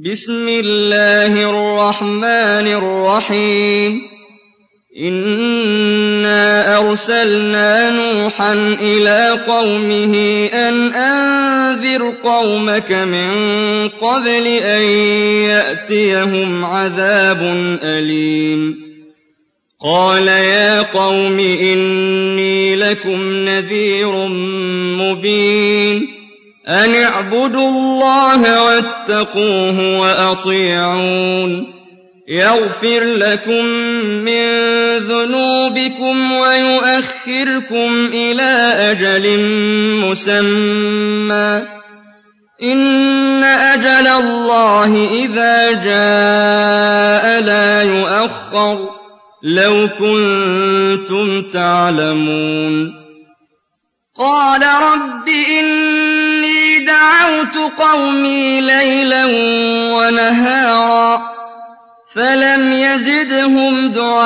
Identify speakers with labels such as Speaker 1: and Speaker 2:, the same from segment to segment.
Speaker 1: بسم الله الرحمن الرحيم إنا أرسلنا نوحا إلى قومه أن أنذر قومك من قبل أن يأتيهم عذاب أليم قال يا قوم إني لكم نذير مبين أن اعبدوا الله واتقوه وأطيعون يغفر لكم من ذنوبكم ويؤخركم إلى أجل مسمى إن أجل الله إذا جاء لا يؤخر لو كنتم تعلمون قال رب إني دعوت قومي ليلا ونهارا فلم يزدهم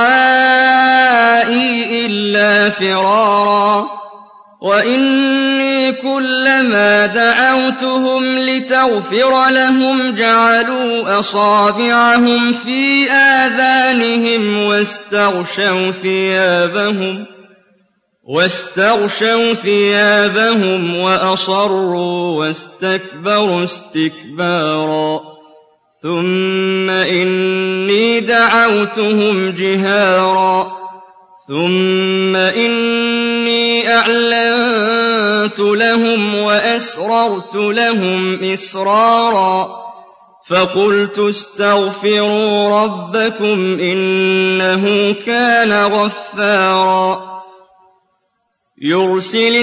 Speaker 1: دعائي إلا فرارا وإني كلما دعوتهم لتغفر لهم جعلوا أصابعهم في آذانهم واستغشوا ثيابهم وأصروا واستكبروا استكبارا ثم إني دعوتهم جهارا ثم إني أعلنت لهم وأسررت لهم إسرارا فقلت استغفروا ربكم إنه كان غفارا يرسل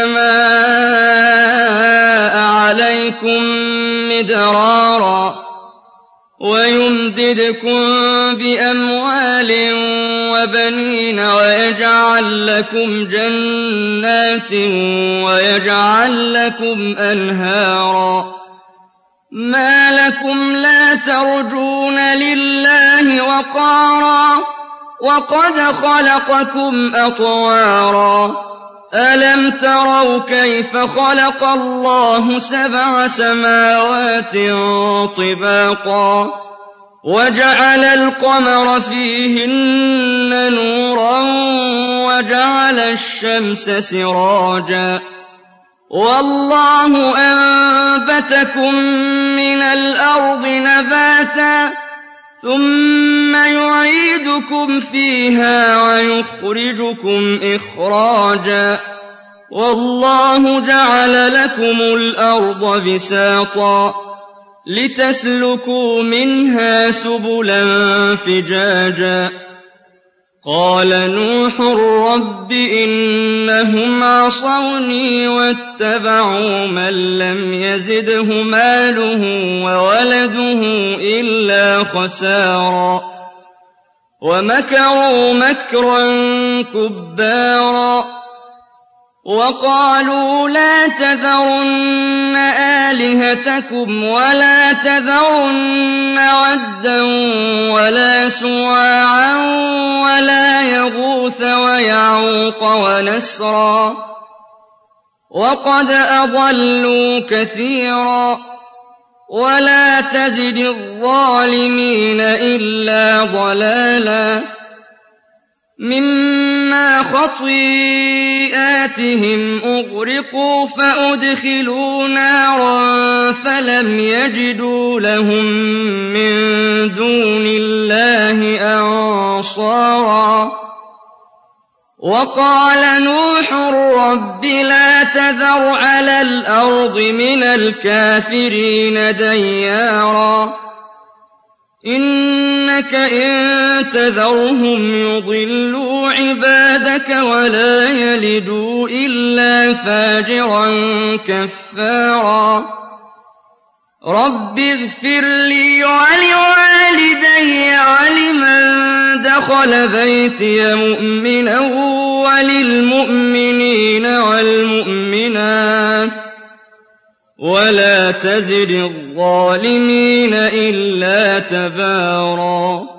Speaker 1: السماء عليكم مدرارا ويمددكم بأموال وبنين ويجعل لكم جنات ويجعل لكم أنهارا ما لكم لا ترجون لله وقارا وقد خلقكم أطوارا ألم تروا كيف خلق الله 7 سماوات طباقا وجعل القمر فيهن نورا وجعل الشمس سراجا والله أنبتكم من الأرض نباتا ثم يعيدكم فيها ويخرجكم إخراجا والله جعل لكم الأرض بساطا لتسلكوا منها سبلا فجاجا قال نوح رب إنهم عصوني واتبعوا من لم يزده ماله وولده إلا خسارا ومكروا مكرا كبارا وقالوا لا تذرن آلهتكم ولا تذرن ودا ولا سواعا ولا يغوث ويعوق ونسرا وقد أضلوا كثيرا ولا تزد الظالمين إلا ضلالا مما خطيئاتهم أغرقوا فأدخلوا نارا فلم يجدوا لهم من دون الله أنصارا وقال نوح رب لا تذر على الأرض من الكافرين ديارا إنك إن تذرهم يضلوا عبادك ولا يلدوا إلا فاجرا كفارا رب اغفر لي ولوالدي ولمن دخل بيتي مؤمنا وللمؤمنين والمؤمنات ولا تزد الظالمين إلا تبارا